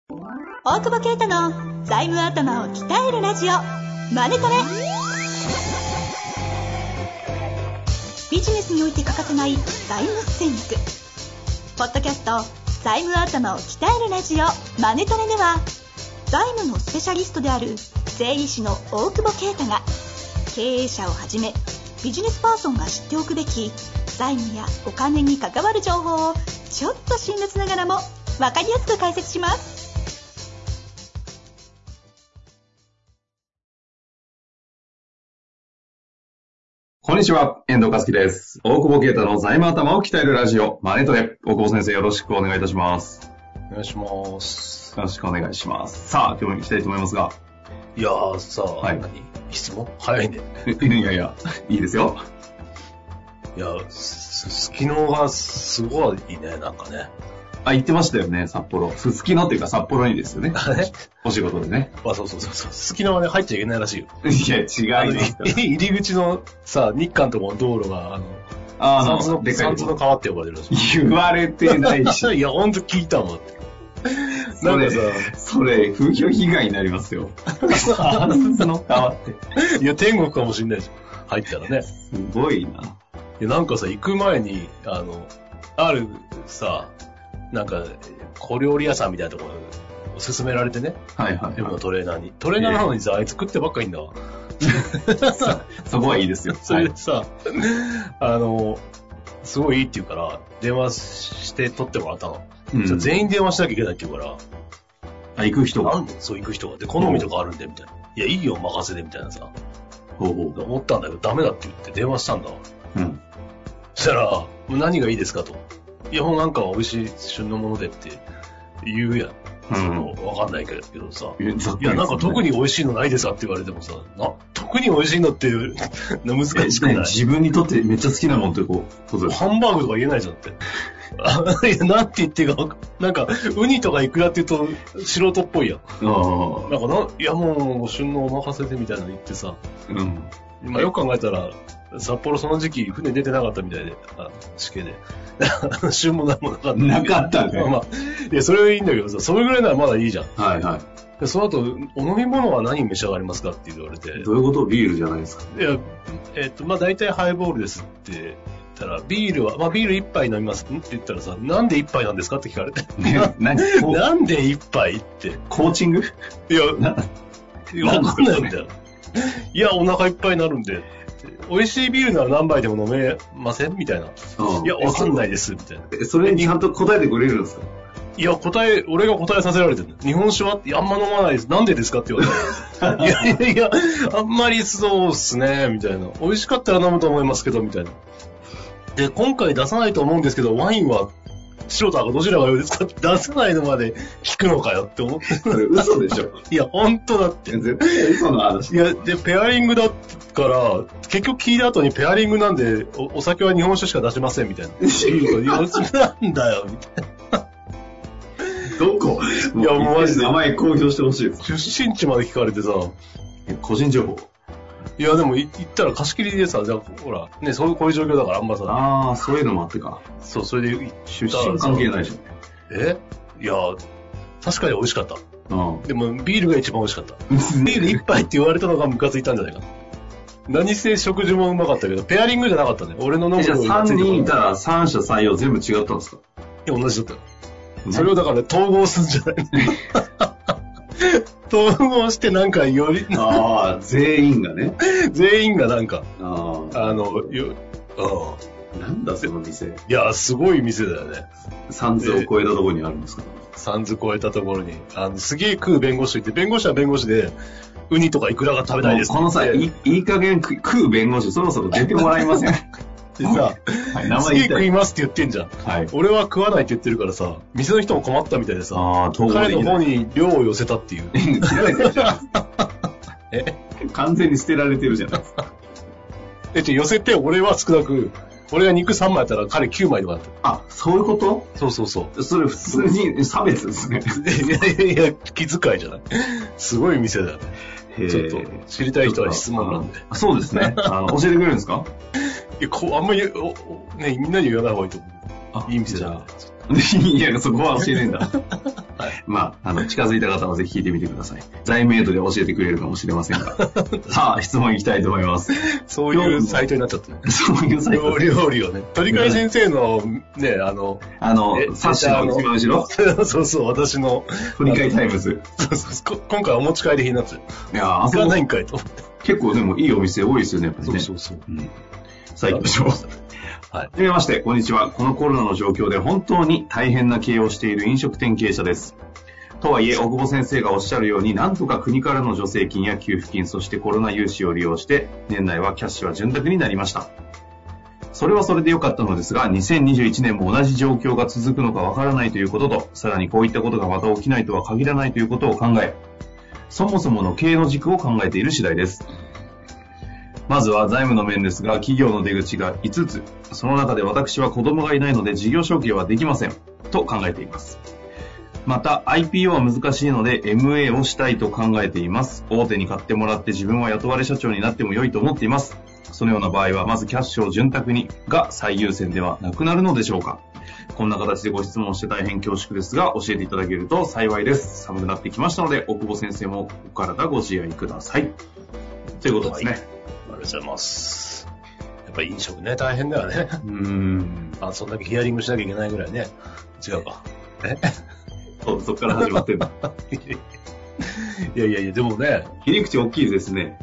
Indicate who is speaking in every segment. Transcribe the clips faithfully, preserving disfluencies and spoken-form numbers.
Speaker 1: 大久保啓太の財務頭を鍛えるラジオマネトレ。ビジネスにおいて欠かせない財務戦略。ポッドキャスト財務頭を鍛えるラジオマネトレでは、財務のスペシャリストである税理士の大久保啓太が、経営者をはじめビジネスパーソンが知っておくべき財務やお金に関わる情報をちょっと辛辣ながらも分かりやすく解説します。
Speaker 2: こんにちは、遠藤和樹です。大久保啓太の財務頭を鍛えるラジオマネトレ。大久保先生、よろしくお願いいたします。
Speaker 3: お願いします。
Speaker 2: よろしくお願いします。さあ、今日も行きたいと思いますが。
Speaker 3: いやーさあ、
Speaker 2: はい、
Speaker 3: 何質問早いね。
Speaker 2: いやいや、いいですよ。
Speaker 3: いや、すすきのがすごいね、なんかね。
Speaker 2: あ、言ってましたよね、札幌。すすきのっていうか札幌にですよね。お仕事でね。
Speaker 3: あ、そうそうそうそう。すすきのはね、入っちゃいけないらしいよ。
Speaker 2: いや、違いますから。
Speaker 3: 入り口のさ、日韓とこの道路が、あの、
Speaker 2: あ
Speaker 3: 三つの、三つの川って呼ばれるらしい。
Speaker 2: 言われてないし。
Speaker 3: いや、ほんと聞いたもん。
Speaker 2: なんかさ、それ、風評被害になりますよ。三つの川って。
Speaker 3: いや、天国かもしんないじゃん。入ったらね。
Speaker 2: すごいな。
Speaker 3: いや、なんかさ、行く前に、あの、あるさ、なんか、小料理屋さんみたいなところを勧められてね。
Speaker 2: はいはい、はい。
Speaker 3: でもトレーナーに。トレーナーなのにさ、あいつ食ってばっかりいいんだわ。
Speaker 2: そ, そこはいいですよ。
Speaker 3: それでさ、はい、あの、すごいいいって言うから、電話して取ってもらったの。うん、全員電話しなきゃいけないって言うから。
Speaker 2: あ、行く人が。
Speaker 3: なんでそう行く人が。で、好みとかあるんで、みたいな。いや、いいよ、任せて、みたいなさ。
Speaker 2: ほうほう
Speaker 3: 思ったんだけど、ダメだって言って電話したんだわ。
Speaker 2: うん。
Speaker 3: そしたら、何がいいですかと。いや、もうなんか美味しい旬のものでって言うやん。うん。わかんないけどさ。いや、なんか特に美味しいのないですかって言われてもさ、な、特に美味しいのっていうの難しくない？
Speaker 2: 自分にとってめっちゃ好きなもんってことです。
Speaker 3: ハンバーグとか言えないじゃんって。いや、なんて言っていいか、なんか、ウニとかイクラって言うと素人っぽいやん。
Speaker 2: ああ。
Speaker 3: なんかな、いやもう、旬のお任せでみたいなの言ってさ。うん。今よく考えたら、札幌その時期船出てなかったみたいで、あ、しけで。旬もなんもなかった。
Speaker 2: なかったね。
Speaker 3: まあ、いや、それはいいんだけどさ、それぐらいならまだいいじゃん。
Speaker 2: はいはい。
Speaker 3: でその後、お飲み物は何召し上がりますかって言われて。
Speaker 2: どういうこと？ビールじゃないですか。
Speaker 3: いや、えっと、まあ大体ハイボールですって言ったら、ビールは、まあビール一杯飲みますんって言ったらさ、なんで一杯なんですかって聞かれて。
Speaker 2: ね、何
Speaker 3: なんで一杯って。
Speaker 2: コーチング？
Speaker 3: いや、いやわかんないみたいな。いや、お腹いっぱいになるんで。美味しいビールなら何杯でも飲めませんみたいな。うん、いや、わかんないです。みたいな。
Speaker 2: え、それにちゃんと答えてくれるんですか？
Speaker 3: いや、答え、俺が答えさせられてる。日本酒はあんま飲まないです。なんでですかって言われた。いやいやいや、あんまりそうっすね、みたいな。美味しかったら飲むと思いますけど、みたいな。で、今回出さないと思うんですけど、ワインは白と赤どちらが良いですかって出さないのまで聞くのかよって思って。
Speaker 2: それ嘘でしょ。
Speaker 3: いや、本当だって。
Speaker 2: 絶対嘘の話。
Speaker 3: いや、で、ペアリングだから、結局聞いた後にペアリングなんで、お, お酒は日本酒しか出しませんみたいな。いや、なんだよ、みたいな。
Speaker 2: どこ？
Speaker 3: いや、もうマジで。
Speaker 2: 名前公表してほしいです。
Speaker 3: 出身地まで聞かれてさ。
Speaker 2: 個人情報。
Speaker 3: いや、でも、行ったら貸し切りでさ、じゃあほら、ね、そういう、こういう状況だからあんまさ。
Speaker 2: ああ、そういうのもあってか。
Speaker 3: そう、それで、
Speaker 2: 出身関係ないじゃん。
Speaker 3: えいや、確かに美味しかった。
Speaker 2: うん。
Speaker 3: でも、ビールが一番美味しかった。ビール一杯って言われたのがムカついたんじゃないかな。何せ食事もうまかったけど、ペアリングじゃなかったね。俺の飲む
Speaker 2: じゃあさんにんいたらさん者さん様全部違ったんですか？
Speaker 3: いや、同じだったよ。それをだから統合するんじゃない統合してなんかより
Speaker 2: ああ、全員がね。
Speaker 3: 全員がなんか、
Speaker 2: あ
Speaker 3: あの、よ、
Speaker 2: うん。なんだその店。
Speaker 3: いや、すごい店だよね。
Speaker 2: さんずを超えたところにあるんですか？
Speaker 3: さんず超えたところに。あの、すげえ食う弁護士いて、弁護士は弁護士で、ウニとかイクラが食べたいです。
Speaker 2: この際、いいい加減食う弁護士、そろそろ出てもらえません？
Speaker 3: でさ、はい、名前すげえ食いますって言ってんじゃん。
Speaker 2: はい。
Speaker 3: 俺は食わないって言ってるからさ、店の人も困ったみたいでさ、
Speaker 2: あ
Speaker 3: 彼の方に量を寄せたっていう。
Speaker 2: え完全に捨てられてるじゃないですか。
Speaker 3: え、寄せて俺は少なく、俺が肉さんまいやったら彼きゅうまいとかだった。
Speaker 2: あ、そういうこと？
Speaker 3: そうそうそう。
Speaker 2: それ普通に差別ですね。
Speaker 3: いやいやいや、気遣いじゃない。すごい店だよね。ちょっと知りたい人は質問なんで。
Speaker 2: そうですね。あの教えてくれるんですか？
Speaker 3: いや、こう、あんまり、おね、みんなに言わない方がいいと思う。
Speaker 2: あ、
Speaker 3: いい店じゃん。
Speaker 2: いや、そこは教えねえんだ。はい、まあ、あの、近づいた方はぜひ聞いてみてください。財務エイドで教えてくれるかもしれませんが。さあ、質問いきたいと思います。
Speaker 3: そういうサイトになっちゃったね。
Speaker 2: そういうサイト。
Speaker 3: 料理をね。鳥飼先生のね、あの、
Speaker 2: あの、サッシの一番後ろ
Speaker 3: そうそう、私の。
Speaker 2: 鳥飼タイムズ。
Speaker 3: そうそう、今回お持ち帰り品なんですよ。
Speaker 2: いや、あそこ。
Speaker 3: 行かないんかいと。
Speaker 2: 結構でもいいお店多いですよね、やっぱりね。
Speaker 3: そうそうそう。うん、
Speaker 2: さあ行きましょう。はい。はじめまして、こんにちは。このコロナの状況で本当に大変な経営をしている飲食店経営者です。とはいえ、大久保先生がおっしゃるように、なんとか国からの助成金や給付金、そしてコロナ融資を利用して、年内はキャッシュは潤沢になりました。それはそれで良かったのですが、にせんにじゅういちねんも同じ状況が続くのかわからないということと、さらにこういったことがまた起きないとは限らないということを考え、そもそもの経営の軸を考えている次第です。まずは財務の面ですが、企業の出口がいつつ、その中で私は子供がいないので事業承継はできませんと考えています。また アイピーオー は難しいので エムエー をしたいと考えています。大手に買ってもらって自分は雇われ社長になっても良いと思っています。そのような場合はまずキャッシュを潤沢にが最優先ではなくなるのでしょうか。こんな形でご質問して大変恐縮ですが、教えていただけると幸いです。寒くなってきましたので、大久保先生もお体ご自愛ください。ということですね。はい、
Speaker 3: ありがとうございます。やっぱり飲食ね、大変だよね。
Speaker 2: うーん。
Speaker 3: あ、そんだけヒアリングしなきゃいけないぐらいね。違うか。え
Speaker 2: そう、そっから始まってるんだ。
Speaker 3: いやいやいや、でもね。
Speaker 2: 切り口大きいですね。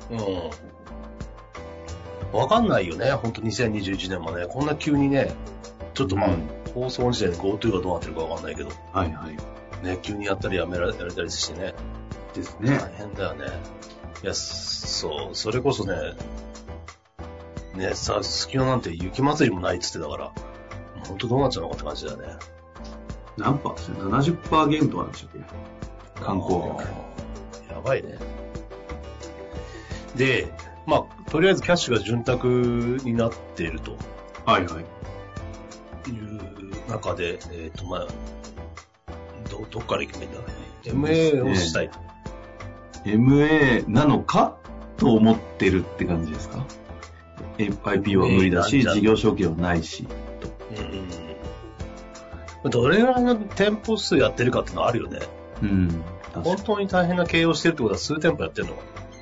Speaker 3: うん。わかんないよね、ほんとにせんにじゅういちねんもね。こんな急にね、ちょっとまあ、うん、放送時点で GoTo がどうなってるかわかんないけど。
Speaker 2: はいはい。
Speaker 3: ね、急にやったりやめられたりしてね。
Speaker 2: ですね。
Speaker 3: 大変だよね。いや、そう、それこそね、ね、さ、すきのなんて雪祭りもないっつってたから、ほんとどうなっちゃうのかって感じだよね。
Speaker 2: 何パーですね ?ななじゅっパーセント 減となんでしたっけ、観光客。
Speaker 3: やばいね。で、まあ、とりあえずキャッシュが潤沢になっていると。
Speaker 2: はいはい。
Speaker 3: いう中で、えっ、ー、と、まあ、ど、どっから行けばいいんだろうね。エムエー をしたいと。
Speaker 2: エムエー なのかと思ってるって感じですか？ アイピーオー は無理だし、事業承継はないし。と
Speaker 3: うん、どれぐらいの店舗数やってるかってのはあるよね。
Speaker 2: うん。
Speaker 3: 本当に大変な経営をしてるってことは数店舗やってるのか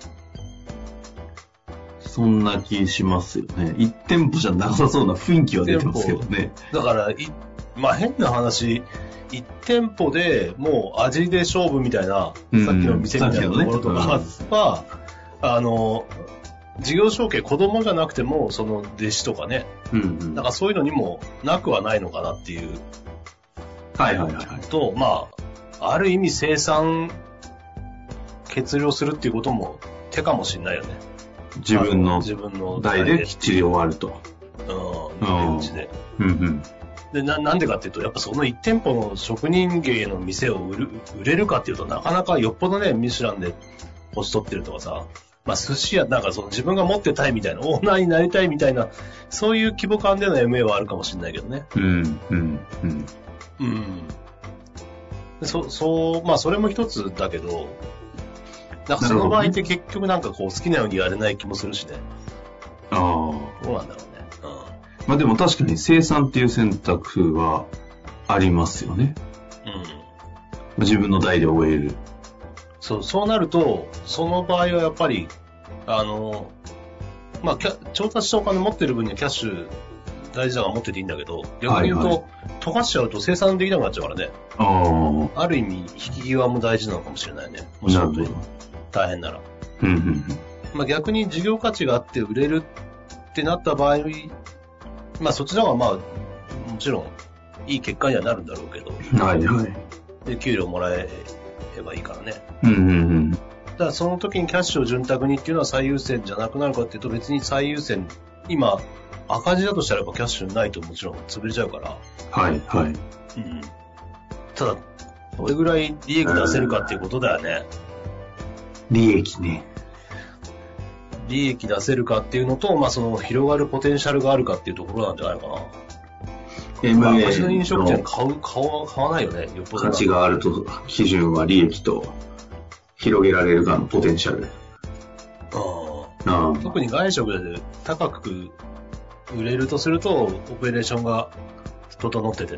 Speaker 2: そんな気しますよね。一店舗じゃなさそうな雰囲気は出てますけどね。
Speaker 3: だから、いまあ変な話、一店舗でもう味で勝負みたいな、うん、さっきの店みたいなところとかは、うん、あの、事業承継子供じゃなくても、その弟子とかね、うんうん、なんかそういうのにもなくはないのかなっていう。
Speaker 2: はいはいはい、はい。
Speaker 3: と、まあ、ある意味生産、欠量するっていうことも手かもしれないよね。
Speaker 2: 自分の代できっちり終わると。
Speaker 3: うん、うちで。うんうんでな、なんでかっていうと、やっぱその一店舗の職人芸の店を売る、売れるかっていうと、なかなかよっぽどね、ミシュランで星取ってるとかさ、まあ寿司屋、なんかその自分が持ってたいみたいな、オーナーになりたいみたいな、そういう規模感での エムエー はあるかもしれないけどね。
Speaker 2: うん、うん、うん。
Speaker 3: うん。そ、そう、まあそれも一つだけど、なんかその場合って結局なんかこう好きなようにやれない気もするしね。
Speaker 2: ああ。
Speaker 3: どうなんだろうね。
Speaker 2: まあでも確かに生産っていう選択はありますよね。うん。自分の代で終える。
Speaker 3: そう、そうなると、その場合はやっぱり、あの、まあ、調達したお金持ってる分にはキャッシュ大事だから持ってていいんだけど、逆に言うと、はいはい、溶かしちゃうと生産できなくなっちゃうからね。ああ。ある意味、引き際も大事なのかもしれないね。もし本当に大変なら。
Speaker 2: うんうんうん。
Speaker 3: まあ逆に事業価値があって売れるってなった場合、まあそっちの方がまあ、もちろんいい結果にはなるんだろうけど。
Speaker 2: はいはい。
Speaker 3: で、給料もらえればいいからね。
Speaker 2: うんうんうん。
Speaker 3: だからその時にキャッシュを潤沢にっていうのは最優先じゃなくなるかっていうと別に最優先、今赤字だとしたらやっぱキャッシュないともちろん潰れちゃうから。
Speaker 2: はいはい。うん。
Speaker 3: ただ、どれぐらい利益出せるかっていうことだよね。
Speaker 2: 利益ね。
Speaker 3: 利益出せるかっていうのと、まあその広がるポテンシャルがあるかっていうところなんじゃないのかな。
Speaker 2: エムエー
Speaker 3: まあ、私の飲食店買う、買わ、買わないよね。よっぽど
Speaker 2: 価値があると、基準は利益と広げられるかのポテンシャル。
Speaker 3: ああ。特に外食で高く売れるとすると、オペレーションが整っててね、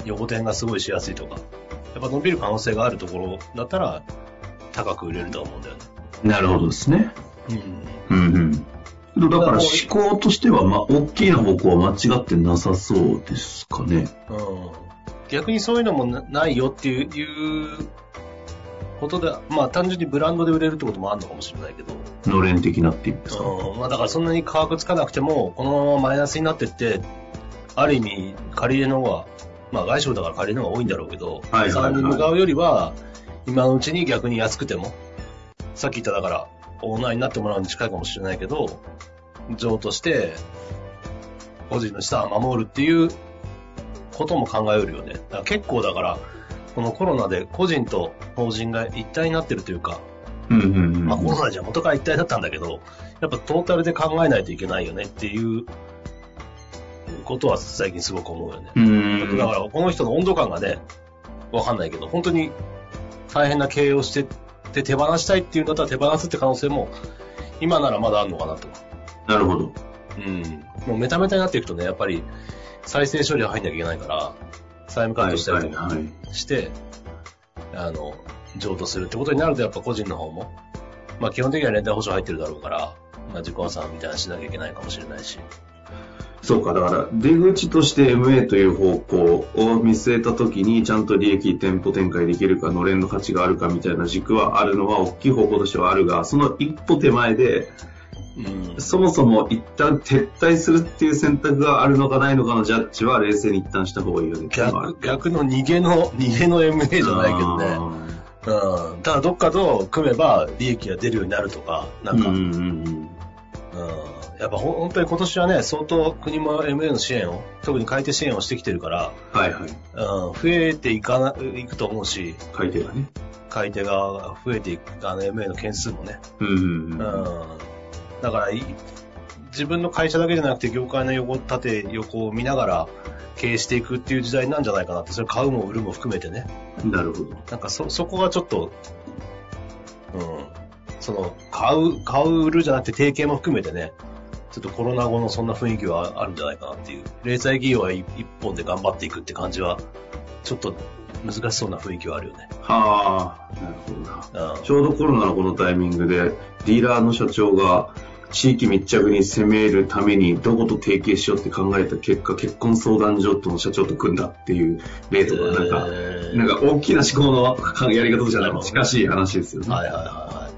Speaker 3: 横転がすごいしやすいとか、やっぱ伸びる可能性があるところだったら高く売れると思うんだよね。
Speaker 2: なるほどですね。うん。うんうん。だから思考としては、まあ、大きな方向は間違ってなさそうですかね。
Speaker 3: うん。逆にそういうのもないよっていう、いうことで、まあ単純にブランドで売れるってこともあるのかもしれないけど。
Speaker 2: のれん的なっていうんですか。
Speaker 3: うん。まあだからそんなに価格つかなくても、このままマイナスになってって、ある意味、借り入れの方が、まあ外食だから借り入れの方が多いんだろうけど、はいはいはい、さんに向かうよりは、今のうちに逆に安くても、さっき言っただから、オーナーになってもらうに近いかもしれないけど、譲渡して、個人の資産を守るっていうことも考えうるよね。だから結構だから、このコロナで個人と法人が一体になってるというか、
Speaker 2: うんうんうん、
Speaker 3: まあコロナじゃ元から一体だったんだけど、やっぱトータルで考えないといけないよねっていうことは最近すごく思うよね。
Speaker 2: うん
Speaker 3: だからこの人の温度感がね、わかんないけど、本当に大変な経営をしてで手放したいっていうんだったら手放すって可能性も今ならまだあるのかなと。
Speaker 2: なるほど。
Speaker 3: うん。もうメタメタになっていくとね、やっぱり再生処理が入んなきゃいけないから、債務カットしたりとかして、はいはいはい、あの、譲渡するってことになるとやっぱ個人の方も、まあ基本的には連帯保証入ってるだろうから、まあ自己破産みたいなしなきゃいけないかもしれないし。
Speaker 2: そうか、だから出口として エムエー という方向を見据えたときにちゃんと利益店舗展開できるか、のれんの価値があるかみたいな軸はあるのは大きい方向としてはあるが、その一歩手前で、うん、そもそも一旦撤退するっていう選択があるのかないのかのジャッジは冷静に一旦した方がいいよね。
Speaker 3: 逆、逆の逃げの、逃げの エムエー じゃないけどね。うん。ただどっかと組めば利益が出るようになるとか、なんか、うんうんうんうんやっぱ本当に今年はね、相当国も エムエー の支援を、特に買い手支援をしてきてるから、
Speaker 2: はいはい。うん、
Speaker 3: 増えていかな、いくと思うし、
Speaker 2: 買い手がね。
Speaker 3: 買い手が増えていく、あの エムエー の件数もね。
Speaker 2: うんうんうん。うん、
Speaker 3: だから、自分の会社だけじゃなくて業界の横、縦、横を見ながら経営していくっていう時代なんじゃないかなって、それ買うも売るも含めてね。
Speaker 2: なるほど。
Speaker 3: なんかそ、そこがちょっと、うん、その、買う、買う、売るじゃなくて提携も含めてね、ちょっとコロナ後のそんな雰囲気はあるんじゃないかなっていう。零細企業は一本で頑張っていくって感じは、ちょっと難しそうな雰囲気はあるよね。
Speaker 2: はあ、なるほどな。うん、ちょうどコロナのこのタイミングで、ディーラーの社長が地域密着に攻めるためにどこと提携しようって考えた結果、結婚相談所との社長と組んだっていう例とか、なんか、えー、なんか大きな思考のやり方じゃなくて近しい話ですよね。
Speaker 3: はいはいはいはい。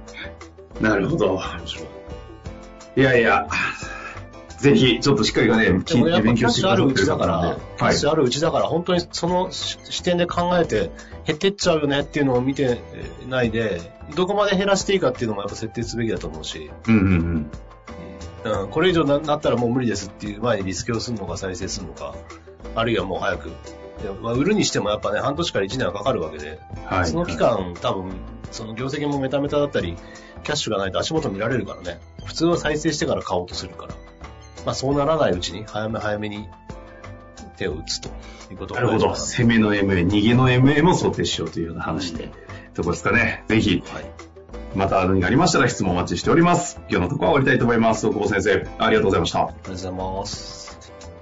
Speaker 2: なるほど。いやいや、ぜひ、ちょっとしっかりがね、聞いて勉強してくださってる方なんで。
Speaker 3: キャッシュあるうちだから、本当にその視点で考えて、減ってっちゃうよねっていうのを見てないで、どこまで減らしていいかっていうのもやっぱ設定すべきだと思うし。
Speaker 2: うんうん
Speaker 3: うん。うん、これ以上なったらもう無理ですっていう前にリスケをするのか再生するのか、あるいはもう早く。まあ、売るにしてもやっぱね、半年からいちねんはかかるわけで、はい、その期間、多分、その業績もメタメタだったり、キャッシュがないと足元見られるからね。普通は再生してから買おうとするから。まあそうならないうちに早め早めに手を打つということが、
Speaker 2: ね、なるほど。攻めの エムエー、逃げの エムエー も想定しようというような話で、うん、ところですかね。ぜひ、はい、また何がありましたら質問お待ちしております。今日のところは終わりたいと思います。大久保先生、ありがとうございました。
Speaker 3: ありがとうございます。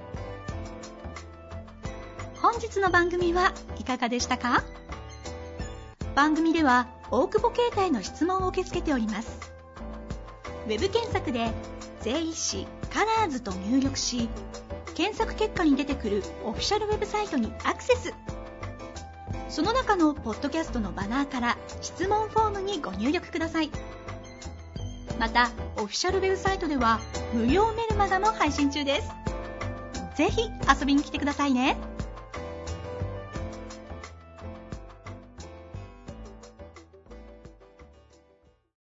Speaker 1: 本日の番組はいかがでしたか？番組では大久保携帯の質問を受け付けております。ウェブ検索で税理士カラーズと入力し、検索結果に出てくるオフィシャルウェブサイトにアクセス。その中のポッドキャストのバナーから質問フォームにご入力ください。またオフィシャルウェブサイトでは無料メルマガも配信中です。ぜひ遊びに来てくださいね。